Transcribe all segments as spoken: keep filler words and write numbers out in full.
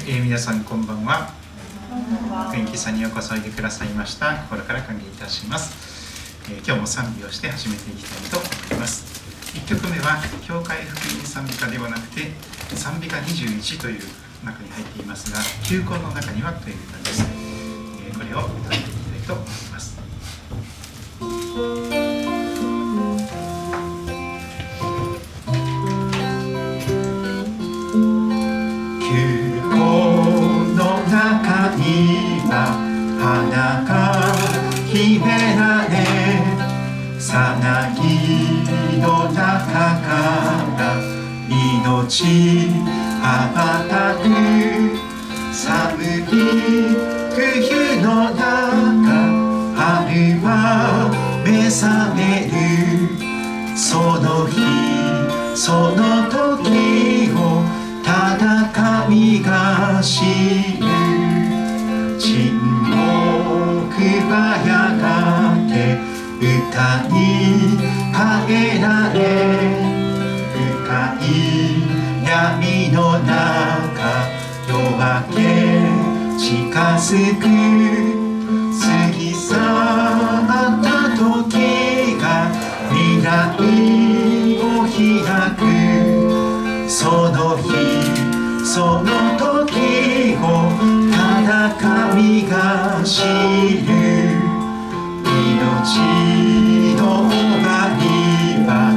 えー、皆さんこんばんは。元気さんにようこそおいでくださいました。心から歓迎いたします。えー、今日も賛美をして始めていきたいと思います。いっきょくめは教会福音賛美歌ではなくて賛美歌にじゅういちという中に入っていますが、休校の中にはという歌です。えー、これを歌っていきたいと思います。花が秘められ、さなぎの中から命羽ばたく。寒い冬の中、春は目覚める。その日その時をただ神が知る。沈黙はやがて歌に変えられ、深い闇の中夜明け近づく。過ぎ去った時が未来を開く。その日その時をただ神が知る。命の終わりは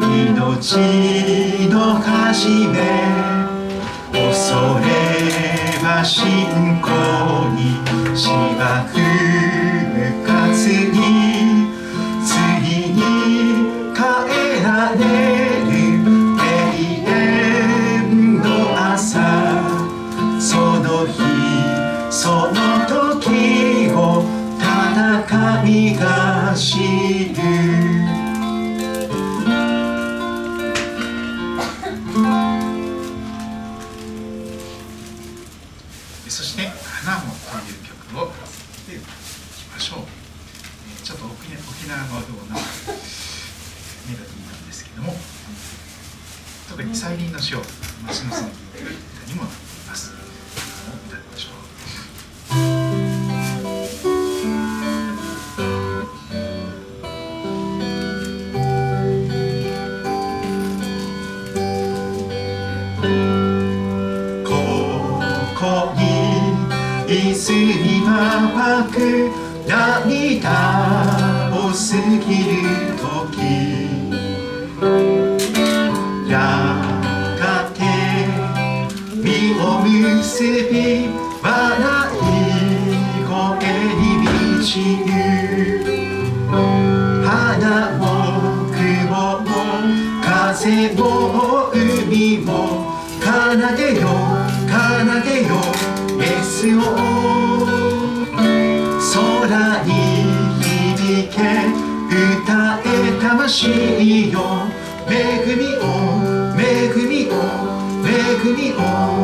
命の始め。恐れは信仰に芝生かつについに変えられる。永遠の朝、その日その時をただ神が知る。そして「花も」という曲を歌っていきましょう。ちょっと沖縄のようなメロディーなんですけども、特に再臨の詩を待ち望んでいる歌にもなっています。歌いましょう。水は湧く涙を過ぎる時、やがて実を結び笑い声に満ちる。花も雲も風も海も奏でよ奏でよイエスを。空に響け歌え魂よ。恵みを恵みを恵みを。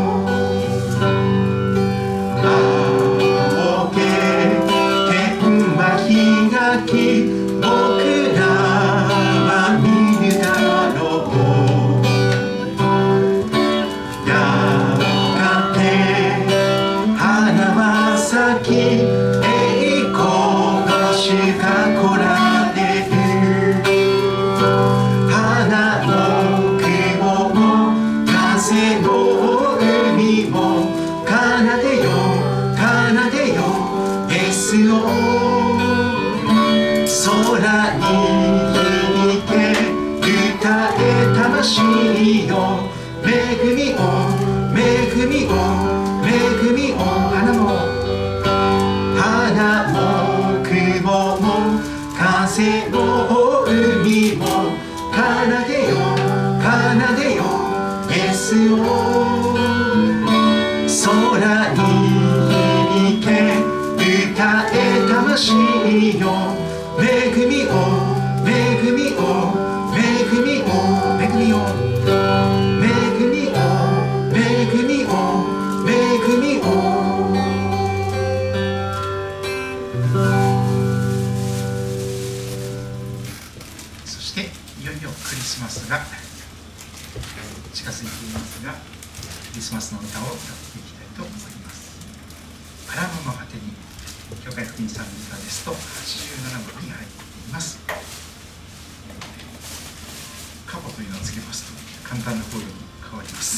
仰げ天は開き、僕らは見るだろう。やがて花は咲き、主が来られる。花も雲も風も海も奏でよ奏でよイエスを。空に響け歌え魂よ。恵みを恵みを恵みを。花も花も雲も風も海も奏でよ奏でよイエスを。空に響け歌え魂よ。恵みを恵みを恵みを恵みを恵みを恵みを恵みを。そしていよいよクリスマスが近づいていますが、クリスマスの歌を歌っていきたいとと思います。アラムの果てに教会福音賛美歌ですとはちじゅうななばんに入っています。カポというのをつけますと簡単な方より変わります。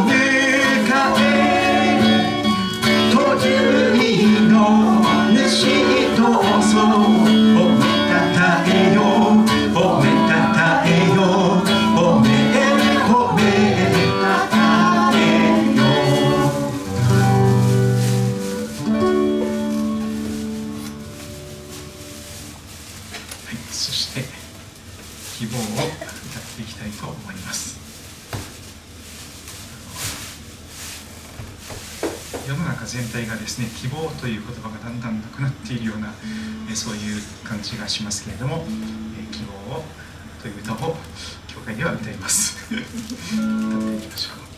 主世の中全体がですね、希望という言葉がだんだんなくなっているような、えそういう感じがしますけれども、え希望をという歌を教会では歌います。歌っていきましょう。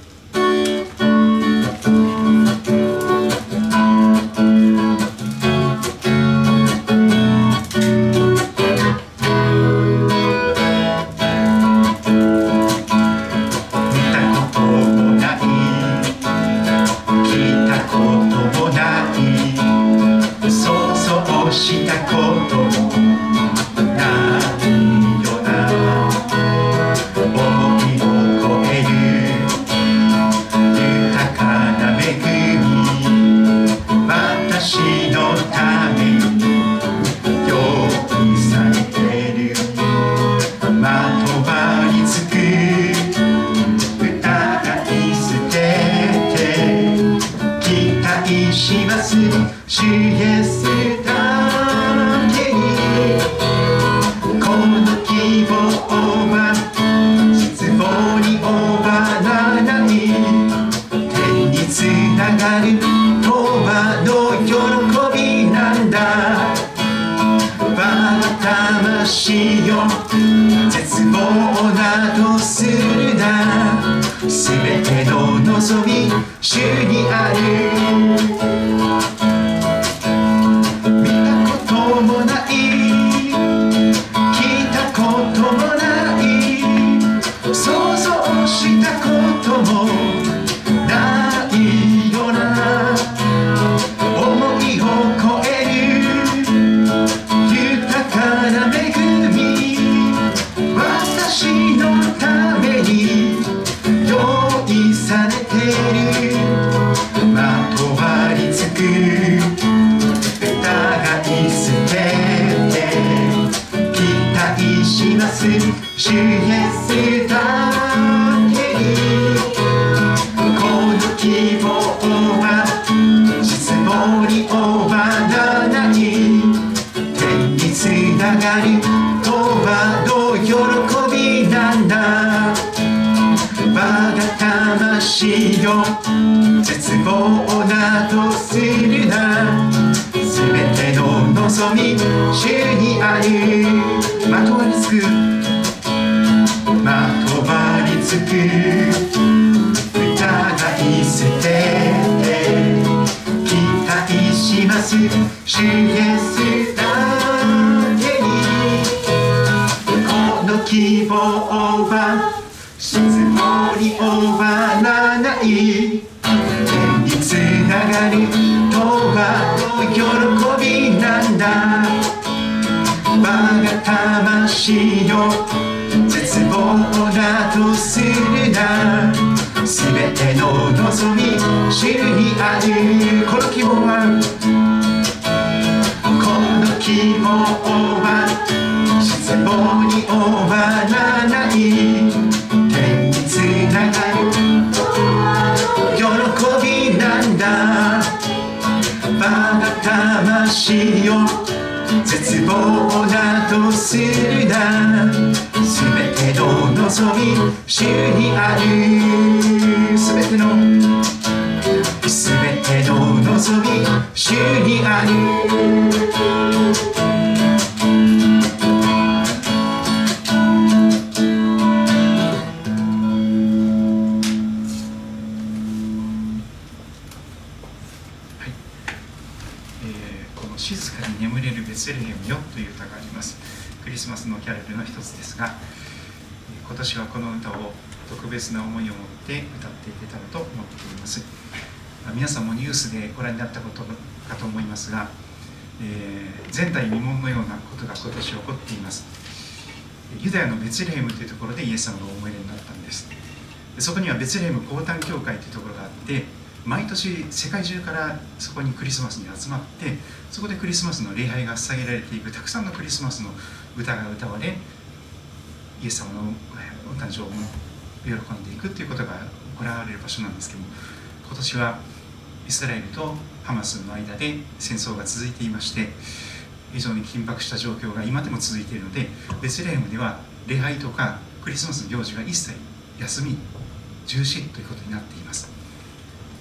皆さんもニュースでご覧になったことかと思いますが、えー、前代未聞のようなことが今年起こっています。ユダヤのベツレヘムというところでイエス様がお生まれになったんです。でそこにはベツレヘム降誕教会というところがあって、毎年世界中からそこにクリスマスに集まって、そこでクリスマスの礼拝が捧げられていく、たくさんのクリスマスの歌が歌われ、イエス様のお誕生を喜んでいくということが行われる場所なんですけども、今年はイスラエルとハマスの間で戦争が続いていまして、非常に緊迫した状況が今でも続いているので、ベツレヘムでは礼拝とかクリスマスの行事が一切休み中止ということになっています。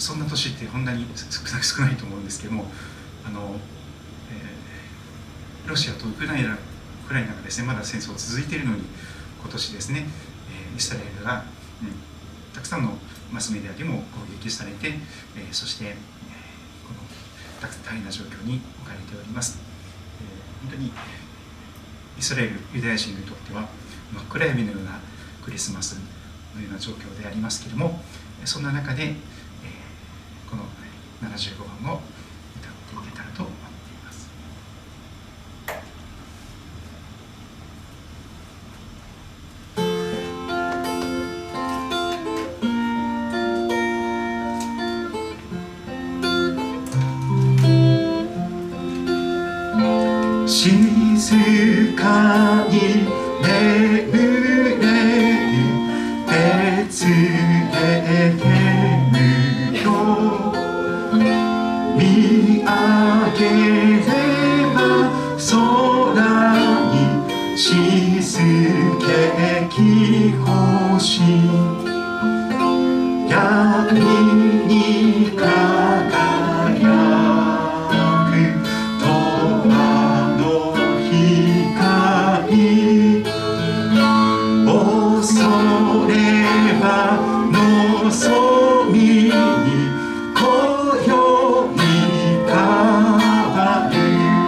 そんな年って本当に少ない少ないと思うんですけども、あの、えー、ロシアとウクライナウクライナがですねまだ戦争続いているのに、今年ですね、えー、イスラエルが、うん、たくさんのマスメディアでも攻撃されて、えー、そして、えー、この大変な状況に置かれております。えー、本当にイスラエルユダヤ人にとっては真っ暗闇のようなクリスマスのような状況でありますけれども、そんな中で、えー、このななじゅうごばんを歌っていけたらと思っています。 静かに眠れるベツレヘムよ、見上げれば空に静けき星、闇に輝く永の光、恐れは望みに今宵変わる、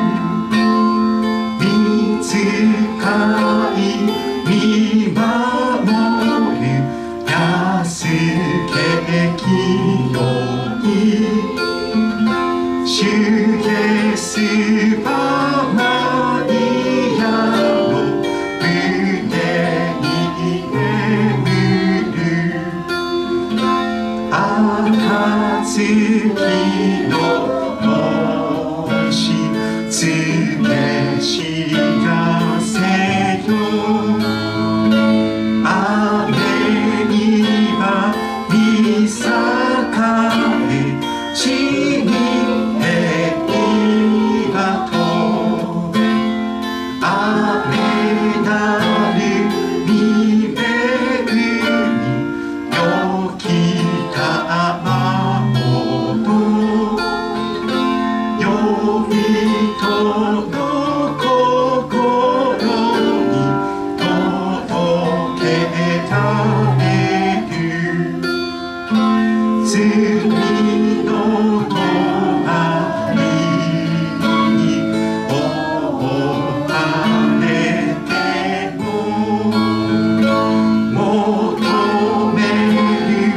見つかい見守る安けきよい、主イエスはマリアの胸に眠る、暁の星つけ知らせよ、雨には見栄え地に平和と、雨なる未明に良きたまほど、良いとの心に届けられる、罪の隣に追われても求める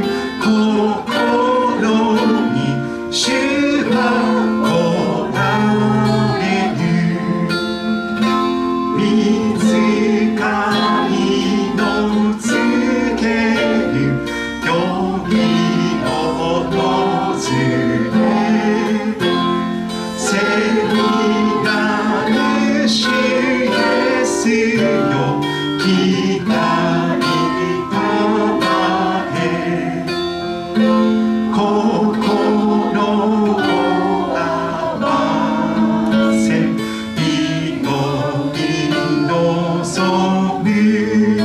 心に主はおられる、御使いのつける良い訪れ、聖なる主イエスよ、来たりたまえ、心を合わせ祈り望む、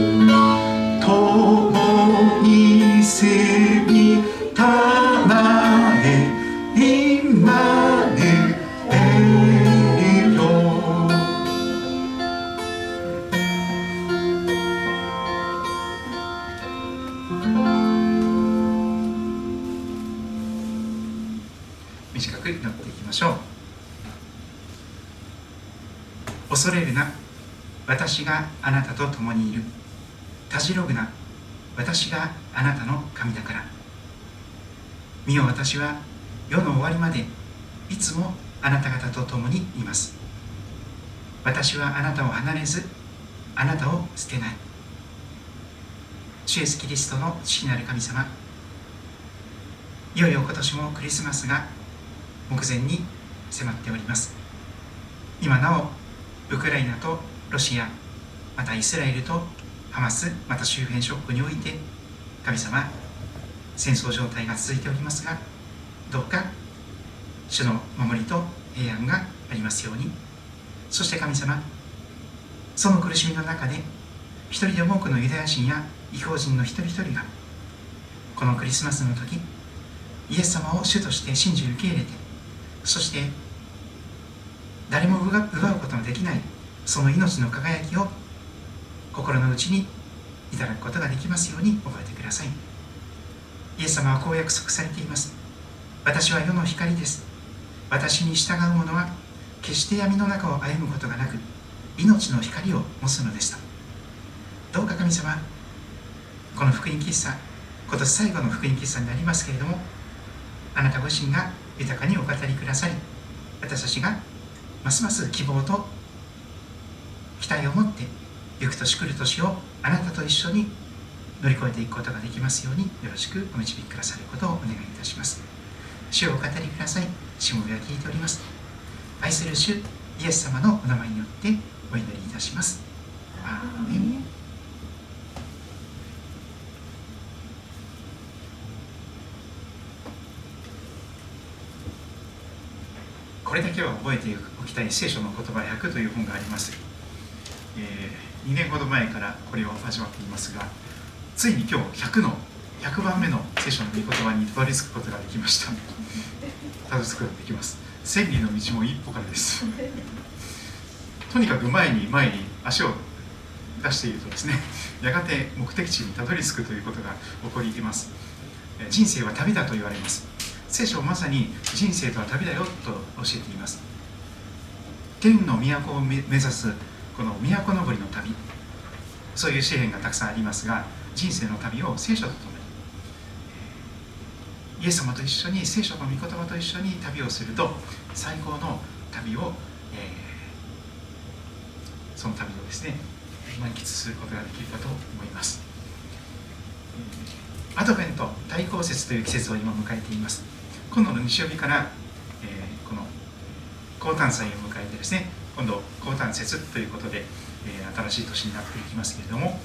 共に住みたまえインマヌエルよ。 短く祈っていきましょう。恐れるな、私があなたと共にいる。たじろぐな、私があなたの神だから。見よ、私は世の終わりまでいつもあなた方と共にいます。私はあなたを離れず、あなたを捨てない。主イエスキリストの父なる神様、いよいよ今年もクリスマスが目前に迫っております。今なおウクライナとロシア、またイスラエルとハマス、また周辺諸国において神様、戦争状態が続いておりますが、どうか主の守りと平安がありますように。そして神様、その苦しみの中で一人でも多くのユダヤ人や異邦人の一人一人がこのクリスマスの時、 イエス様を主として信じ受け入れて、そして誰も奪うことのできないその命の輝きを心の内にいただくことができますように覚えてください。イエス様はこう約束されています。私は世の光です。私に従う者は決して闇の中を歩むことがなく、命の光を持つのですと。どうか神様、この福音喫茶、今年最後の福音喫茶になりますけれども、あなたご自身が豊かにお語りくださり、私たちがますます希望と期待を持って行く年来る年をあなたと一緒に乗り越えていくことができますように、よろしくお導きくださることをお願いいたします。主をお語りください。しもべは聞いております。愛する主イエス様のお名前によってお祈りいたします。アーメン。これだけは覚えておきたい聖書の言葉ひゃくという本があります。えー、にねんほど前からこれを味わっていますが、ついに今日ひゃくのひゃくばんめの聖書の御言葉にたどり着くことができました。たどり着くことができます。千里の道も一歩からです。とにかく前に前に足を出しているとですね、やがて目的地にたどり着くということが起こります。人生は旅だと言われます。聖書はまさに人生とは旅だよと教えています。天の都を目指すこの都のぼりの旅、そういう詩篇がたくさんありますが、人生の旅を聖書とともにイエス様と一緒に、聖書の御言葉と一緒に旅をすると最高の旅を、えー、その旅をですね満喫することができるかと思います。アドベント大降雪という季節を今迎えています。今度の日曜日から、えー、この降誕祭を迎えてですね、今度降誕節ということで、えー、新しい年になっていきますけれども、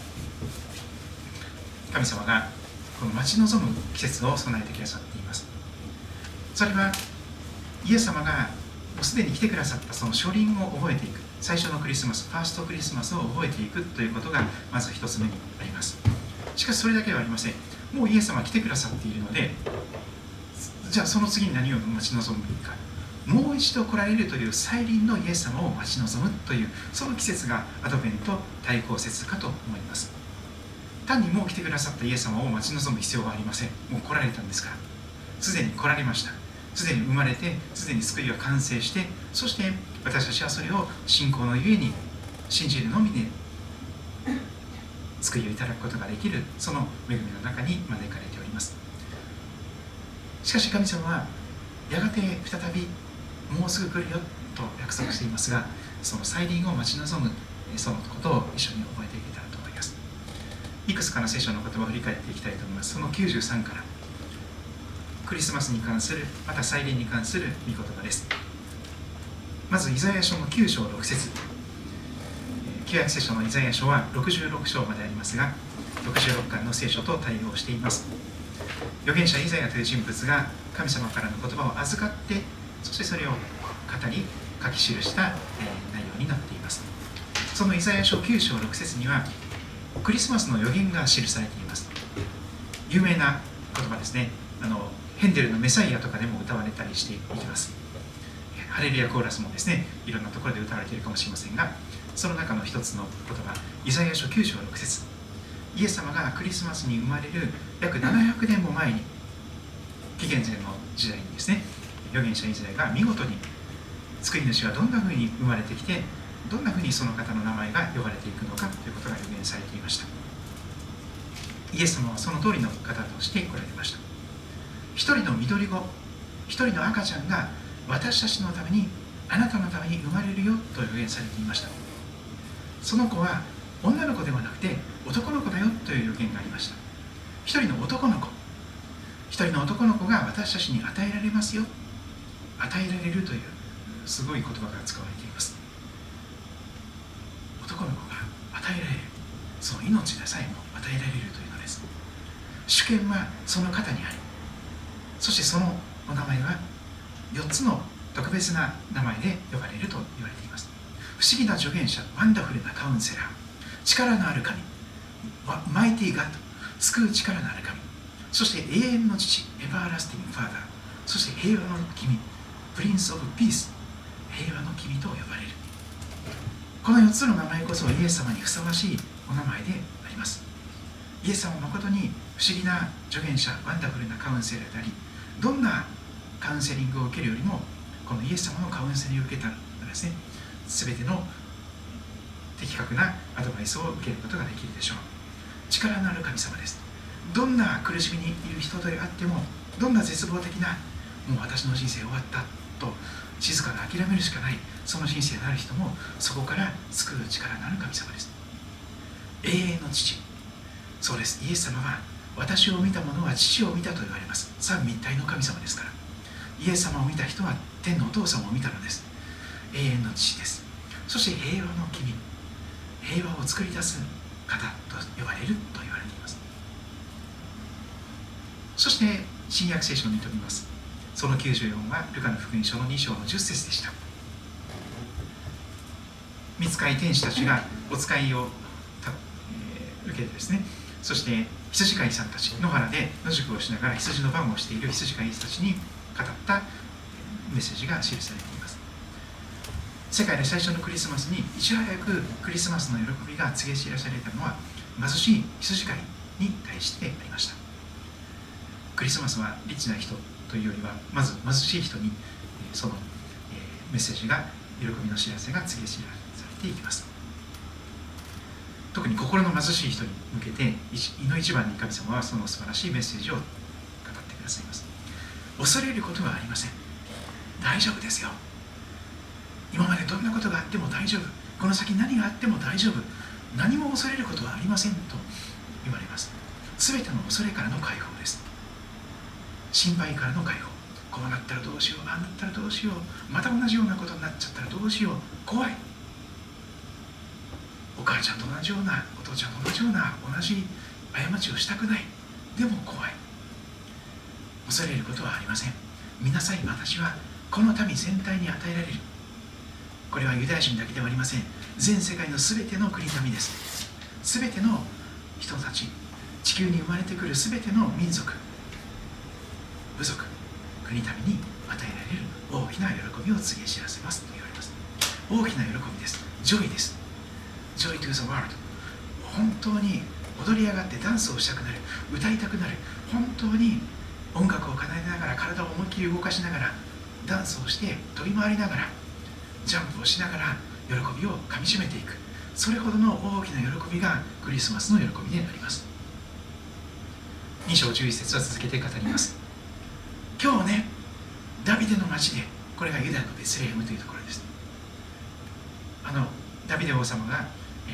神様がこの待ち望む季節を備えてくださっています。それはイエス様がもうすでに来てくださったその初輪を覚えていく、最初のクリスマス、ファーストクリスマスを覚えていくということがまず一つ目にあります。しかしそれだけではありません。もうイエス様が来てくださっているので、じゃあその次に何を待ち望むか、もう一度来られるという再臨のイエス様を待ち望むという、その季節がアドベント大降雪かと思います。単にもう来てくださったイエス様を待ち望む必要はありません。もう来られたんですから。すでに来られました。すでに生まれて、すでに救いが完成して、そして私たちはそれを信仰のゆえに信じるのみで救いをいただくことができる、その恵みの中に招かれております。しかし神様はやがて再びもうすぐ来るよと約束していますが、その再臨を待ち望むそのことを一緒に覚えていけたらと思います。いくつかの聖書の言葉を振り返っていきたいと思います。そのきゅうじゅうさんからクリスマスに関する、また再臨に関する御言葉です。まずイザヤ書のきゅう章ろく節、旧約聖書のイザヤ書はろくじゅうろく章までありますが、ろくじゅうろっかんの聖書と対応しています。預言者イザヤという人物が神様からの言葉を預かって、そしてそれを語り書き記した内容になっています。そのイザヤ書きゅう章ろく節にはクリスマスの予言が記されています。有名な言葉ですね。あのヘンデルのメサイアとかでも歌われたりしていきます。ハレルヤコーラスもですね、いろんなところで歌われているかもしれませんが、その中の一つの言葉、イザヤ書きゅう章ろく節、イエス様がクリスマスに生まれる約ななひゃくねんも前に、紀元前の時代にですね、預言者イザヤが見事に救い主はどんなふうに生まれてきて、どんなふうにその方の名前が呼ばれていくのかということが予言されていました。イエス様はその通りの方として来られました。一人の緑子、一人の赤ちゃんが私たちのために、あなたのために生まれるよと予言されていました。その子は女の子ではなくて男の子だよという予言がありました。一人の男の子、一人の男の子が私たちに与えられますよ、与えられるというすごい言葉が使われています。男の子が与えられる、その命でさえも与えられるというのです。主権はその方にあり、そしてそのお名前はよっつの特別な名前で呼ばれると言われています。不思議な助言者、ワンダフルなカウンセラー、力のある神、マイティーガッド、救う力のある神、 そして永遠の父、エバーラスティングファーダー、そして平和の君、プリンスオブピース、平和の君と呼ばれる。このよっつの名前こそイエス様にふさわしいお名前であります。イエス様は誠に不思議な助言者、ワンダフルなカウンセラーであり、どんなカウンセリングを受けるよりも、このイエス様のカウンセリングを受けたらですね、すべての的確なアドバイスを受けることができるでしょう。力のある神様です。どんな苦しみにいる人であっても、どんな絶望的な、もう私の人生終わったと静かに諦めるしかない、その人生になる人も、そこから救う力のある神様です。永遠の父、そうです。イエス様は私を見た者は父を見たと言われます。三位一体の神様ですから、イエス様を見た人は天のお父様を見たのです。永遠の父です。そして平和の君、平和を作り出す方と呼ばれると言われています。そして新約聖書に飛びます。そのきゅうじゅうよんはルカの福音書のに章のじゅっ節でした。御使い天使たちがお使いを、えー、受けてですね、そして羊飼いさんたち、野原で野宿をしながら羊の番をしている羊飼いたちに語ったメッセージが記されています。世界で最初のクリスマスにいち早くクリスマスの喜びが告げ知らされたのは貧しい羊飼いに対してありました。クリスマスはリッチな人というよりは、まず貧しい人にそのメッセージが、喜びの知らせが告げ知らされていきます。特に心の貧しい人に向けて、いの一番に神様はその素晴らしいメッセージを語ってくださいます。恐れることはありません。大丈夫ですよ。今までどんなことがあっても大丈夫。この先何があっても大丈夫。何も恐れることはありませんと言われます。すべての恐れからの解放です。心配からの解放。こうなったらどうしよう、ああなったらどうしよう、また同じようなことになっちゃったらどうしよう、怖い。お母ちゃんと同じような、お父ちゃんと同じような同じ過ちをしたくない。でも怖い。恐れることはありません。見なさい、私はこの民全体に与えられる。これはユダヤ人だけではありません。全世界のすべての国民です。すべての人たち、地球に生まれてくるすべての民族、部族、国民に与えられる大きな喜びを告げ知らせますと言われます。大きな喜びです。ジョイです。Joy to the world。 本当に踊り上がってダンスをしたくなる、歌いたくなる、本当に音楽を奏でながら体を思いっきり動かしながらダンスをして飛び回りながらジャンプをしながら喜びをかみしめていく、それほどの大きな喜びがクリスマスの喜びであります。に章じゅういち節は続けて語ります。今日ね、ダビデの町で、これがユダヤのベツレヘムというところです。あのダビデ王様が、え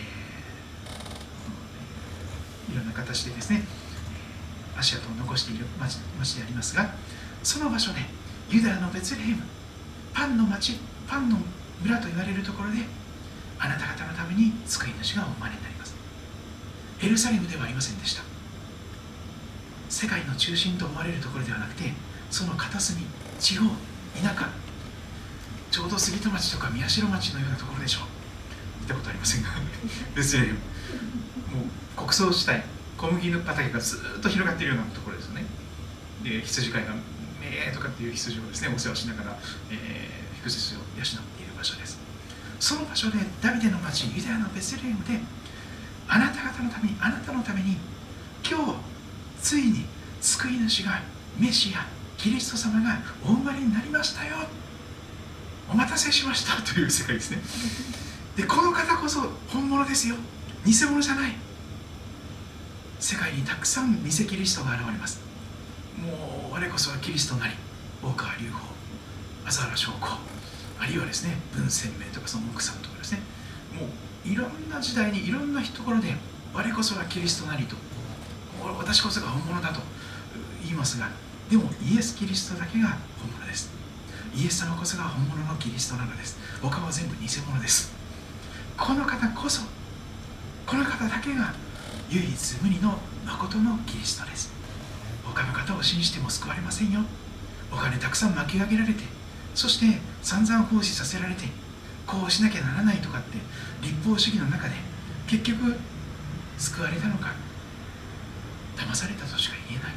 ー、いろんな形でですね、足跡を残している 町, 町でありますが、その場所でユダヤのベツレヘム、パンの町、パンの村と言われるところで、あなた方のために救い主がお生まれになります。エルサレムではありませんでした。世界の中心と思われるところではなくて、その片隅、地方、田舎、ちょうど杉戸町とか宮代町のようなところでしょう。見たことありませんがベツレヘム、もう穀倉地帯、小麦の畑がずっと広がっているようなところですよね。で、羊飼いがメーとかっていう羊をですね、お世話しながら、えー、羊を養っている場所です。その場所でダビデの町、ユダヤのベツレヘムで、あなた方のために、あなたのために、今日ついに救い主が、メシア、キリスト様がお生まれになりましたよ、お待たせしましたという世界ですね。で、この方こそ本物ですよ、偽物じゃない。世界にたくさん偽キリストが現れます。もう我こそはキリストなり、大川隆法、浅原将校、あるいはですね、文鮮明とかその奥さんとかですね、もういろんな時代にいろんなところで我こそはキリストなりと、私こそが本物だと言いますが、でもイエス・キリストだけが本物です。イエス様こそが本物のキリストなのです。他は全部偽物です。この方こそ、この方だけが唯一無二の誠のキリストです。他の方を信じても救われませんよ。お金たくさん巻き上げられて、そして散々奉仕させられて、こうしなきゃならないとかって立法主義の中で結局救われたのか、騙されたとしか言えない。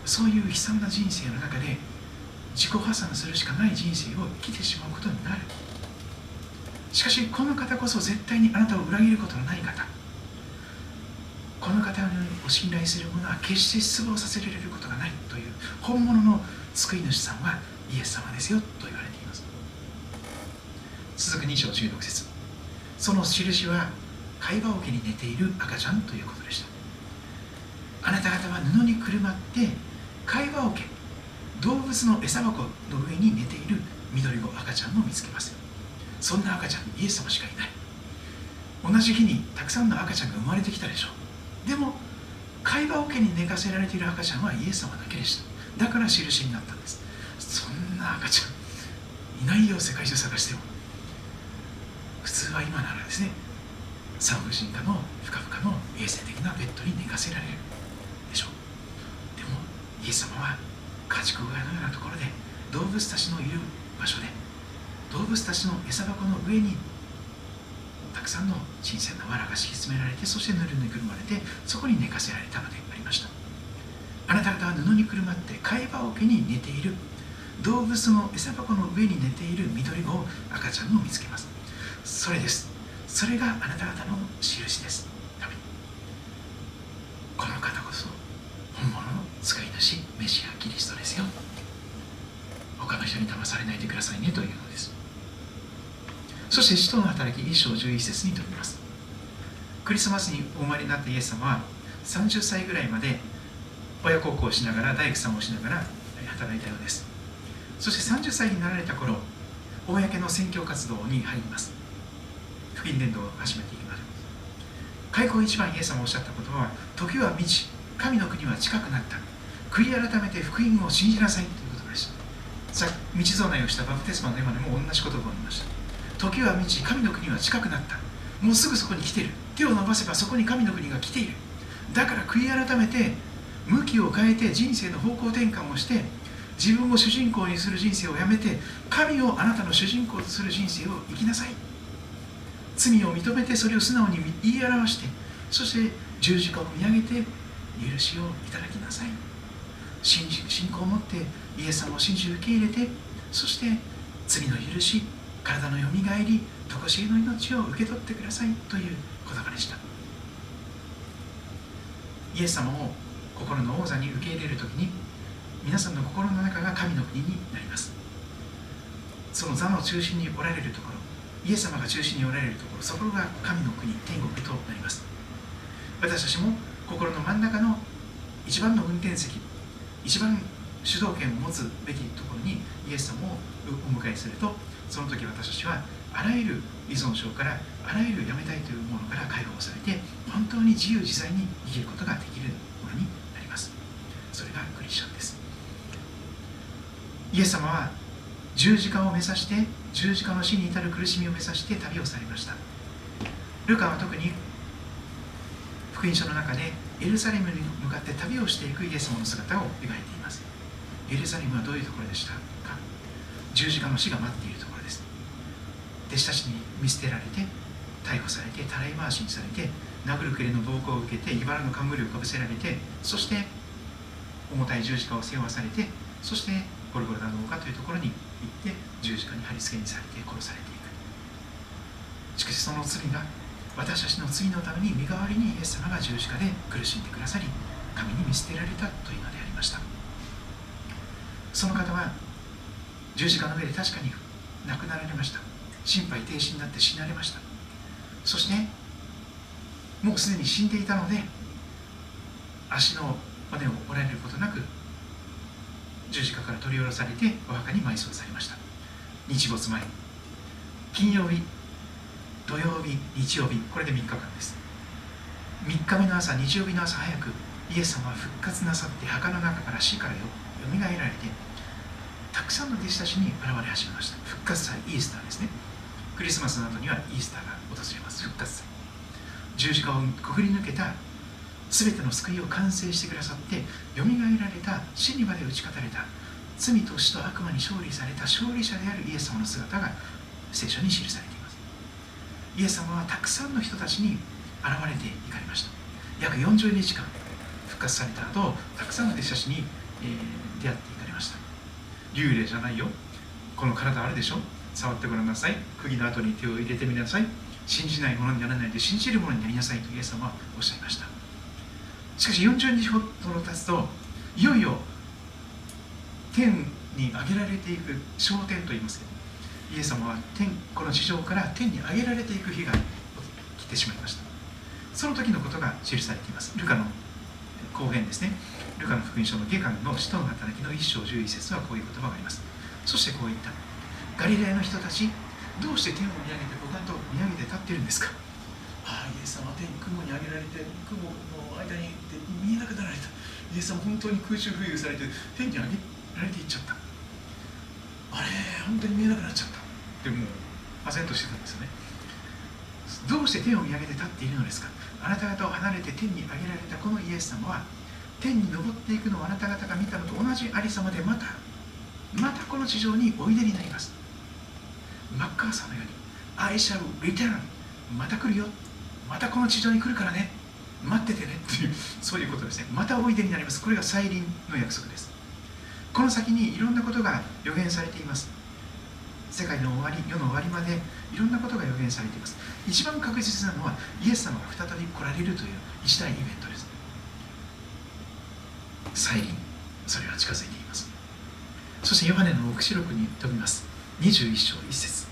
そういう悲惨な人生の中で自己破産するしかない人生を生きてしまうことになる。しかしこの方こそ絶対にあなたを裏切ることのない方、この方を信頼する者は決して失望させられることがないという本物の救い主さんはイエス様ですよと言われています。続くに章じゅうろく節、その印は貝羽桶に寝ている赤ちゃんということでした。あなた方は布にくるまって貝羽桶、動物の餌箱の上に寝ている緑子赤ちゃんを見つけます。そんな赤ちゃん、イエス様しかいない。同じ日にたくさんの赤ちゃんが生まれてきたでしょう。でも貝羽桶に寝かせられている赤ちゃんはイエス様だけでした。だから印になったんです。そんな赤ちゃんいないよ、世界中探しても。普通は今ならですね、産婦人科のふかふかの衛生的なベッドに寝かせられるでしょう。でもイエス様は家畜小屋のようなところで、動物たちのいる場所で、動物たちの餌箱の上にたくさんの新鮮な藁が敷き詰められて、そして布にくるまれて、そこに寝かせられたのでありました。あなた方は布にくるまって貝羽桶に寝ている、動物の餌箱の上に寝ている緑子を赤ちゃんを見つけます。それです。それがあなた方の印です。ためにこの方こそ本物の救い主メシアキリストですよ。他の人に騙されないでくださいねというのです。そして使徒の働きいっ章じゅういち節に飛びます。クリスマスにお生まれになったイエス様はさんじゅっさいぐらいまで親孝行をしながら大工さんをしながら働いたようです。そしてさんじゅっさいになられた頃、公の宣教活動に入ります。福音伝道を始めていきます。開口一番イエス様がおっしゃった言葉は、時は満ち、神の国は近くなった、悔い改めて福音を信じなさいという言葉でした。さあ、道備えをしたバプテスマの今でも同じ言葉を言いました。時は満ち、神の国は近くなった、もうすぐそこに来ている、手を伸ばせばそこに神の国が来ている。だから悔い改めて向きを変えて人生の方向転換をして、自分を主人公にする人生をやめて、神をあなたの主人公とする人生を生きなさい。罪を認めてそれを素直に言い表して、そして十字架を見上げて許しをいただきなさい。信じ信仰を持ってイエス様を信じ受け入れて、そして罪の許し、体のよみがえり、常しえの命を受け取ってくださいという言葉でした。イエス様を心の王座に受け入れるときに、皆さんの心の中が神の国になります。その座の中心におられるところ、イエス様が中心におられるところ、そこが神の国、天国となります。私たちも心の真ん中の一番の運転席、一番主導権を持つべきところにイエス様をお迎えすると、その時私たちはあらゆる依存症から、あらゆるやめたいというものから解放されて、本当に自由自在に生きることができるものになります。それがクリスチャンです。イエス様は十字架を目指して、十字架の死に至る苦しみを目指して旅をされました。ルカは特に福音書の中でエルサレムに向かって旅をしていくイエス様の姿を描いています。エルサレムはどういうところでしたか？十字架の死が待っているところです。弟子たちに見捨てられて、逮捕されて、たらい回しにされて、殴る蹴りの暴行を受けて、茨の冠をかぶせられて、そして重たい十字架を背負わされて、そしてゴルゴルダの丘というところに行って十字架に貼り付けにされて殺されていく。しかしその罪が、私たちの罪のために身代わりにイエス様が十字架で苦しんでくださり、神に見捨てられたというのでありました。その方は十字架の上で確かに亡くなられました。心肺停止になって死なれました。そしてもうすでに死んでいたので、足の骨を折られることなく十字架から取り下ろされてお墓に埋葬されました。日没前、金曜日、土曜日、日曜日、これでみっかかんです。みっかめの朝、日曜日の朝早く、イエス様は復活なさって、墓の中から死からよみがえられて、たくさんの弟子たちに現れ始めました。復活祭、イースターですね。クリスマスの後にはイースターが訪れます。復活祭、十字架をくぐり抜けた全ての救いを完成してくださって、よみがえられた、死にまで打ち勝たれた、罪と死と悪魔に勝利された勝利者であるイエス様の姿が聖書に記されています。イエス様はたくさんの人たちに現れていかれました。約よんじゅうにちかん復活された後、たくさんの弟子たちにえー、出会っていかれました。幽霊じゃないよ、この体あるでしょ、触ってごらんなさい、釘の後に手を入れてみなさい、信じないものにならないで信じるものになりなさいとイエス様はおっしゃいました。しかしよんじゅうにちほど経つと、いよいよ天に上げられていく昇天といいますけど、イエス様は天この地上から天に上げられていく日が来てしまいました。その時のことが記されています。ルカの後編ですね。ルカの福音書の下巻の使徒の働きの一章じゅう一節はこういう言葉があります。そしてこう言った。ガリラヤの人たち、どうして天を見上げて五感と見上げて立っているんですか。ああ、イエス様は天に雲に上げられて、雲の間に見えなくなられた。イエス様本当に空中浮遊されて天に上げられていっちゃった。あれ、本当に見えなくなっちゃった。でもう唖然としてたんですよね。どうして天を見上げて立っているのですか。あなた方を離れて天に上げられたこのイエス様は、天に昇っていくのをあなた方が見たのと同じありさまで、またまたこの地上においでになります。マッカーサーのように I shall return、 また来るよ、またこの地上に来るからね、待っててねっていう、そういうことですね。またおいでになります。これが再臨の約束です。この先にいろんなことが予言されています。世界の終わり、世の終わりまでいろんなことが予言されています。一番確実なのはイエス様が再び来られるという一大イベントです。再臨、それは近づいています。そしてヨハネの黙示録に飛びます。にじゅういっ章いっ節、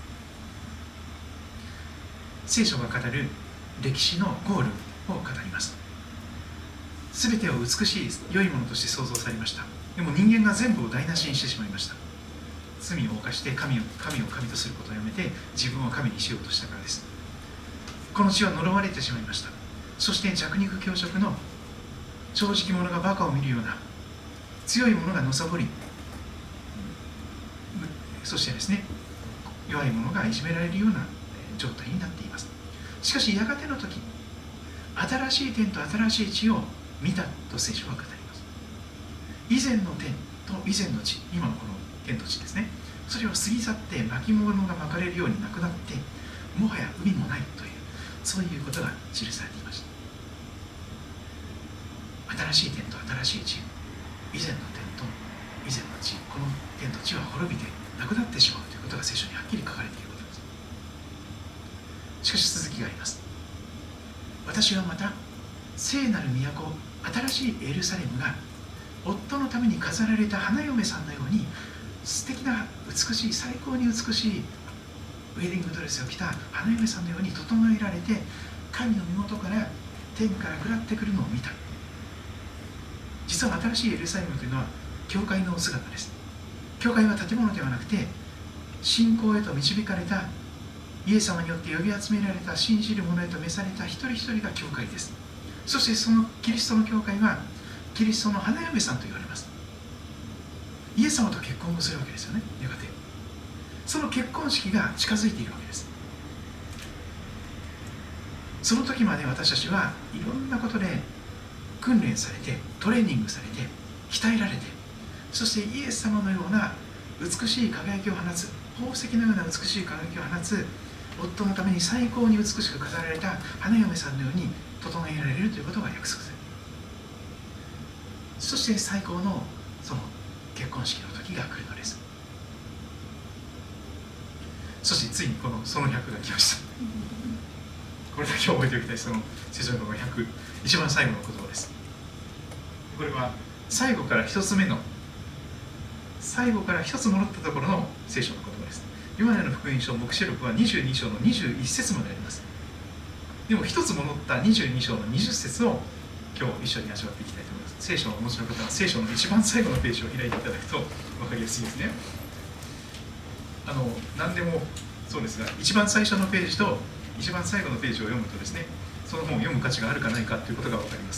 聖書が語る歴史のゴールを語ります。すべてを美しい良いものとして創造されました。でも人間が全部を台無しにしてしまいました。罪を犯して神を神を神とすることをやめて自分を神にしようとしたからです。この地は呪われてしまいました。そして弱肉強食の正直者がバカを見るような強い者がのさぼり、そしてですね、弱い者がいじめられるような状態になっています。しかしやがての時、新しい天と新しい地を見たと聖書は語ります。以前の天と以前の地、今のこの天と地ですね、それを過ぎ去って巻物が巻かれるようになくなって、もはや海もないという、そういうことが記されていました。新しい天と新しい地、以前の天と以前の地、この天と地は滅びてなくなってしまうということが聖書にはっきり書かれていることです。しかし続きがあります。私はまた聖なる都、新しいエルサレムが夫のために飾られた花嫁さんのように、素敵な美しい、最高に美しいウェディングドレスを着た花嫁さんのように整えられて、神の身元から天から下ってくるのを見た。実は新しいエルサレムというのは教会の姿です。教会は建物ではなくて、信仰へと導かれたイエス様によって呼び集められた信じる者へと召された一人一人が教会です。そしてそのキリストの教会はキリストの花嫁さんと言われます。イエス様と結婚をするわけですよね。やがてその結婚式が近づいているわけです。その時まで私たちはいろんなことで訓練されて、トレーニングされて、鍛えられて、そしてイエス様のような美しい輝きを放つ、宝石のような美しい輝きを放つ、夫のために最高に美しく飾られた花嫁さんのように整えられるということが約束される。そして最高のその結婚式の時が来るのです。そしてついにこのそのひゃくが来ました。これだけ覚えておきたい、その聖書のひゃく、一番最後の言葉です。これは最後から一つ目の、最後から一つ戻ったところの聖書の言葉です。ヨハネの福音書黙示録はにじゅうに章のにじゅういっ節まであります。でも一つ戻ったにじゅうに章のにじゅっ節を今日一緒に味わっていきたいと思います。聖書をお持ちの方は聖書の一番最後のページを開いていただくと分かりやすいですね。あの何でもそうですが、一番最初のページと一番最後のページを読むとですね、その本を読む価値があるかないかということが分かります。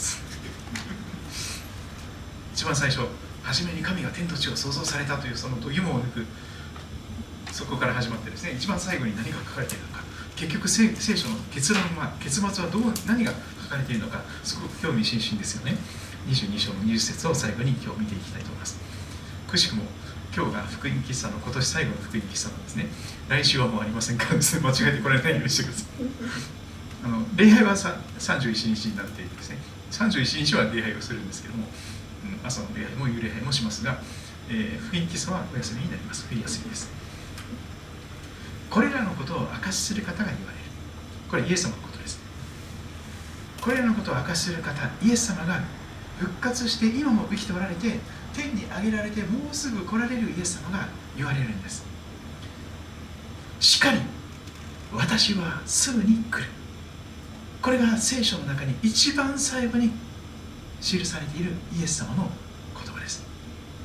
一番最初、初めに神が天と地を創造されたというその湯もを抜く、そこから始まってですね、一番最後に何が書かれているのか、結局聖書の結論は、結末はどう何が書かれているのか、すごく興味津々ですよね。にじゅうに章のにじゅっ節を最後に今日見ていきたいと思います。くしくも今日が福音喫茶の今年最後の福音喫茶なんですね。来週はもうありませんからですね、間違えてこられないようにしてください。あの礼拝はさんじゅういちにちになっていてですね、さんじゅういちにちは礼拝をするんですけども、 うん、朝の礼拝も夕礼拝もしますが、えー、福音基礎はお休みになります。冬休みです。これらのことを証しする方が言われる。これイエス様のことです。これらのことを証しする方、イエス様が復活して今も生きておられて、天に上げられてもうすぐ来られるイエス様が言われるんです。しかり私はすぐに来る。これが聖書の中に一番最後に記されているイエス様の言葉です。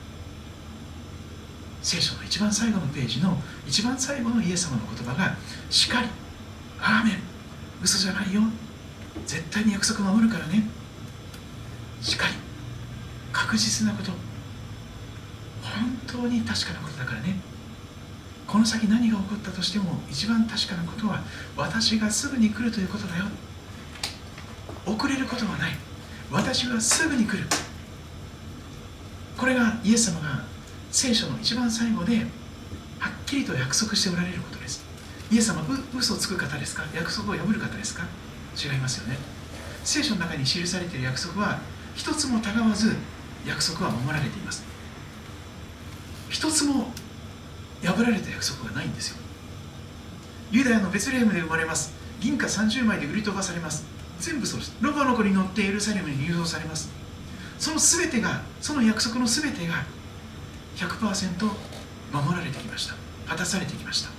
聖書の一番最後のページの一番最後のイエス様の言葉が、しかり、アーメン、嘘じゃないよ、絶対に約束守るからね、しかり、確実なこと、本当に確かなことだからね、この先何が起こったとしても一番確かなことは私がすぐに来るということだよ。遅れることはない。私はすぐに来る。これがイエス様が聖書の一番最後ではっきりと約束しておられることです。イエス様は嘘をつく方ですか？約束を破る方ですか？違いますよね。聖書の中に記されている約束は一つもたがわず約束は守られています。一つも破られた約束はないんですよ。ユダヤのベツレヘムで生まれます。銀貨さんじゅうまいで売り飛ばされます。全部そうです。ロバの子に乗ってエルサレムに誘導されます。その全てが、その約束の全てが ひゃくパーセント 守られてきました。果たされてきました。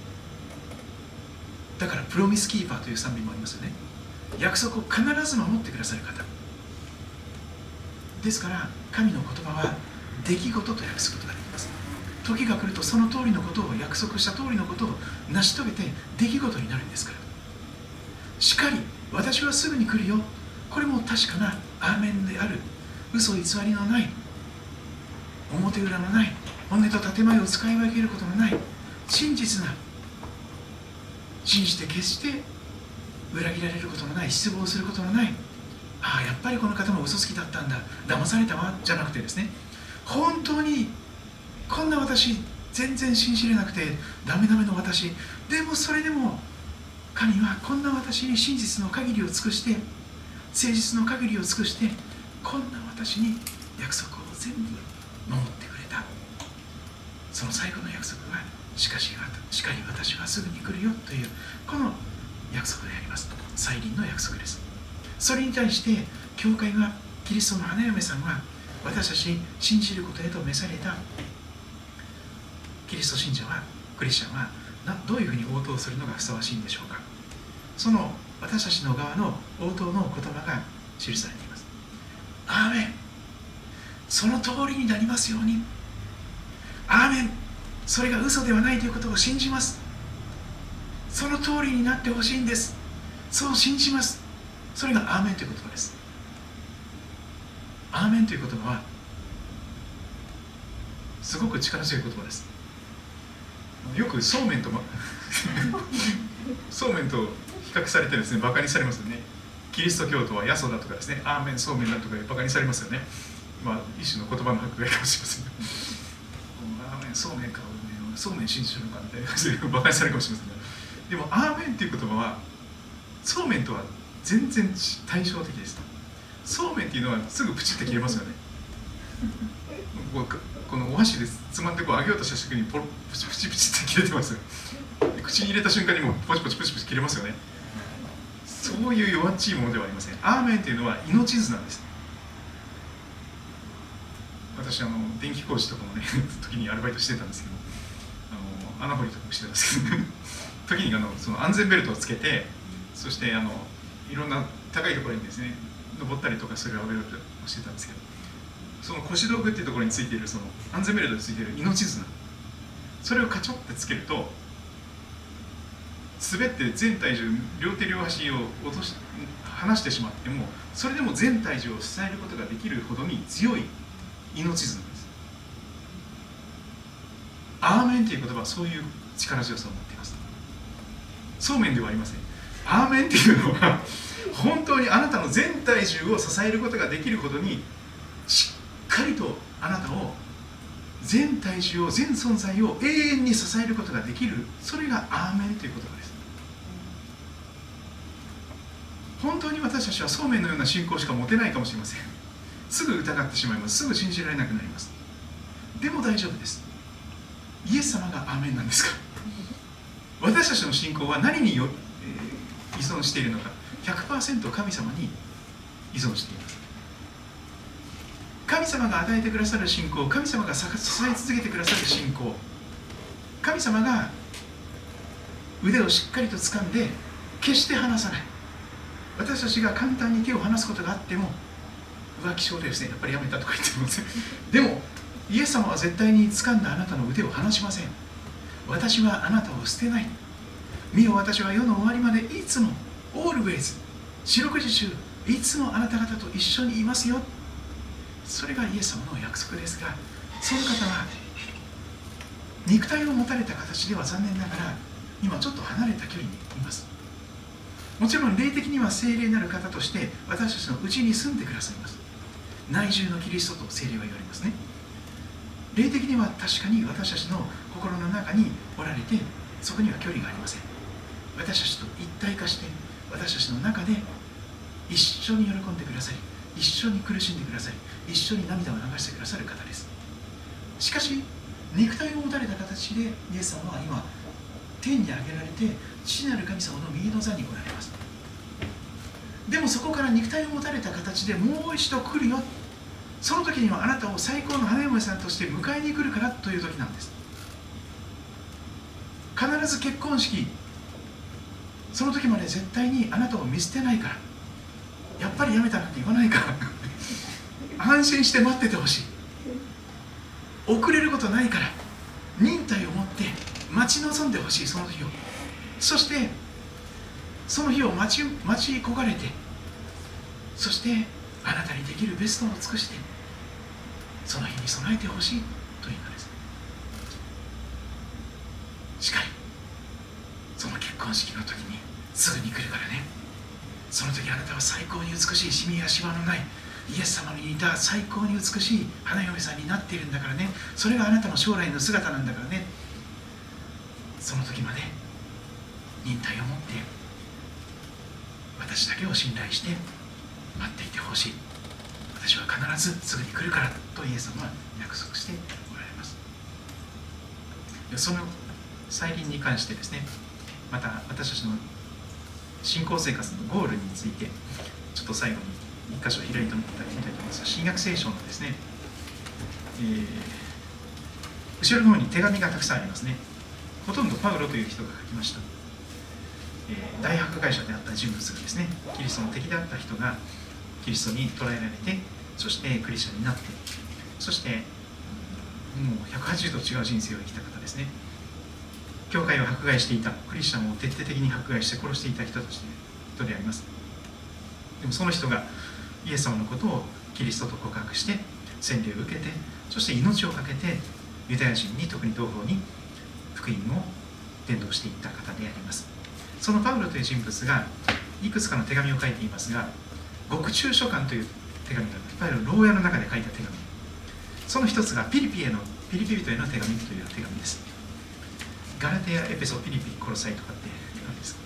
だからプロミスキーパーという賛美もありますよね。約束を必ず守ってくださる方ですから、神の言葉は出来事と訳すことができます。時が来るとその通りのことを、約束した通りのことを成し遂げて出来事になるんですから。しかり私はすぐに来るよ、これも確かなアーメンである。嘘偽りのない、表裏のない、本音と建前を使い分けることのない真実な、信じて決して裏切られることのない、失望することのない、ああやっぱりこの方も嘘つきだったんだ、騙されたわじゃなくてですね、本当にこんな私全然信じれなくてダメダメの私でも、それでも神はこんな私に真実の限りを尽くして、誠実の限りを尽くして、こんな私に約束を全部守ってくれた。その最後の約束は、しかししかり私はすぐに来るよというこの約束であります。再臨の約束です。それに対して教会は、キリストの花嫁さんは、私たちに信じることへと召されたキリスト信者は、クリスチャンはなどういうふうに応答するのがふさわしいんでしょうか。その私たちの側の応答の言葉が記されています。アーメン、その通りになりますように。アーメン、それが嘘ではないということを信じます。その通りになってほしいんです。そう信じます。それがアーメンという言葉です。アーメンという言葉はすごく力強い言葉です。よくそうめんと、ま、そうめんと比較されてですね、バカにされますよね。キリスト教徒はヤソだとかですね、アーメンそうめんだとかバカにされますよね。まあ一種の言葉の迫害かもしれません。アーメンそうめんか、そうめん信じるのかみたいな感じでバカにされるかもしれませんが、でもアーメンっていう言葉はそうめんとは全然対照的です。そうめんっていうのはすぐプチって切れますよね。このお箸でつまんでこう揚げようとした時にポロプチプチプチって切れてますよ。口に入れた瞬間にもうポチポチプチプチ切れますよね。そういう弱っちいものではありません。アーメンっていうのは命綱なんです。私あの電気工事とかもね時にアルバイトしてたんですけど、あの穴掘りとかもしてたんですけど時にあのその安全ベルトをつけて、そしてあのいろんな高いところにですね登ったりとかするアルバイトをしてたんですけど、その腰道具っていうところについているその安全ベルトについている命綱、それをカチョってつけると滑って全体重、両手両足を落とし離してしまっても、それでも全体重を支えることができるほどに強い命綱です。アーメンという言葉はそういう力強さを持っています。そうめんではありません。アーメンっていうのは本当にあなたの全体重を支えることができるほどにしっかりとあなたを、全体重を、全存在を永遠に支えることができる、それがアーメンという言葉です。本当に私たちはそうめんのような信仰しか持てないかもしれません。 すぐ疑ってしまいます。すぐ信じられなくなります。でも大丈夫です。イエス様がアーメンなんですから。私たちの信仰は何によ、えー、依存しているのか。 ひゃくパーセント 神様に依存しています。神様が与えてくださる信仰、神様が支え続けてくださる信仰、神様が腕をしっかりと掴んで決して離さない。私たちが簡単に手を離すことがあっても、浮気症でですね、やっぱりやめたとか言ってます。でもイエス様は絶対に掴んだあなたの腕を離しません。私はあなたを捨てない。見よ、私は世の終わりまでいつもオールウェイズ、四六時中いつもあなた方と一緒にいますよ。それがイエス様の約束ですが、その方は肉体を持たれた形では残念ながら今ちょっと離れた距離にいます。もちろん霊的には聖霊なる方として私たちのうちに住んでくださいます。内住のキリストと聖霊は言われますね。霊的には確かに私たちの心の中におられて、そこには距離がありません。私たちと一体化して私たちの中で一緒に喜んでくださり、一緒に苦しんでくださり、一緒に涙を流してくださる方です。しかし肉体を持たれた形でイエス様は今天に上げられて父なる神様の右の座におられます。でもそこから肉体を持たれた形でもう一度来るよ。その時にはあなたを最高の花嫁さんとして迎えに来るからという時なんです。必ず結婚式、その時まで絶対にあなたを見捨てないから、やっぱりやめたなんて言わないから安心して待っててほしい。遅れることないから忍耐を持って待ち望んでほしい。その日を、そしてその日を待ち待ち焦がれて、そしてあなたにできるベストを尽くしてその日に備えてほしいというのです。しかりその結婚式の時にすぐに来るからね。その時あなたは最高に美しいシミやシワのないイエス様に似た最高に美しい花嫁さんになっているんだからね。それがあなたの将来の姿なんだからね。その時まで忍耐を持って私だけを信頼して待っていてほしい。私は必ずすぐに来るからとイエス様は約束しておられます。その再臨に関してですね、また私たちの信仰生活のゴールについてちょっと最後に一箇所開いてみたいと思いますが、新約聖書のですね、えー、後ろの方に手紙がたくさんありますね。ほとんどパウロという人が書きました。えー、大迫害者であった人物がですね、キリストの敵であった人がキリストに捕らえられて、そしてクリスチャンになって、そしてもうひゃくはちじゅうど違う人生を生きた方ですね。教会を迫害していた、クリスチャンを徹底的に迫害して殺していた人として人であります。でもその人がイエス様のことをキリストと告白して洗礼を受けて、そして命を懸けてユダヤ人に、特に同胞に福音を伝道していった方であります。そのパウロという人物がいくつかの手紙を書いていますが、獄中書簡という手紙があります。パウロ牢屋の中で書いた手紙、その一つがピリピへのピリピ人への手紙という手紙です。ガラテヤ、エペソ、ピリピ、コロサイとかって何ですか、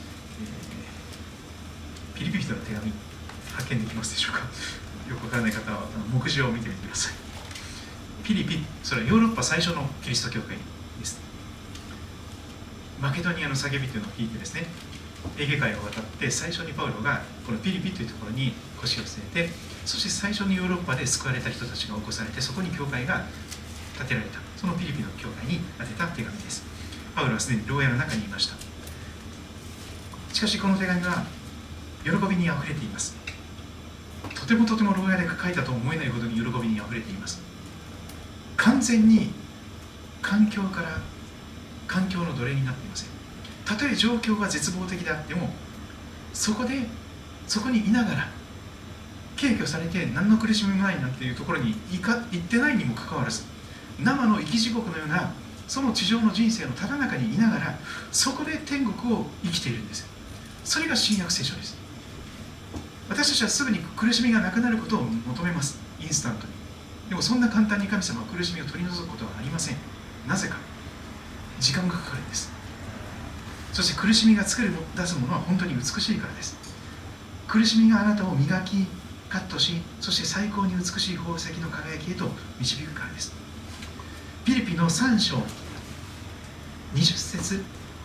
えー、ピリピ人の手紙発見できますでしょうか。よくわからない方は目次を見てみてください。ピリピ、それはヨーロッパ最初のキリスト教会です。マケドニアの叫びというのを聞いてですね、エーゲ海を渡って最初にパウロがこのピリピというところに腰を据えて、そして最初にヨーロッパで救われた人たちが起こされて、そこに教会が建てられた、そのピリピの教会に宛てた手紙です。パウロはすでに牢屋の中にいました。しかしこの手紙は喜びにあふれています。とてもとても牢屋で書いたと思えないほどに喜びにあふれています。完全に環境から環境の奴隷になっていません。たとえ状況が絶望的であっても、そこでそこにいながら軽挙されて何の苦しみもないなんていうところに行か行ってないにもかかわらず、生の生き地獄のようなその地上の人生のただ中にいながら、そこで天国を生きているんです。それが新約聖書です。私たちはすぐに苦しみがなくなることを求めます、インスタントに。でもそんな簡単に神様は苦しみを取り除くことはありません。なぜか、時間がかかるんです。そして苦しみが作り出すものは本当に美しいからです。苦しみがあなたを磨き、 カットし、そして最高に美しい宝石の輝きへと導くからです。ピリピのさん章にじゅっ節、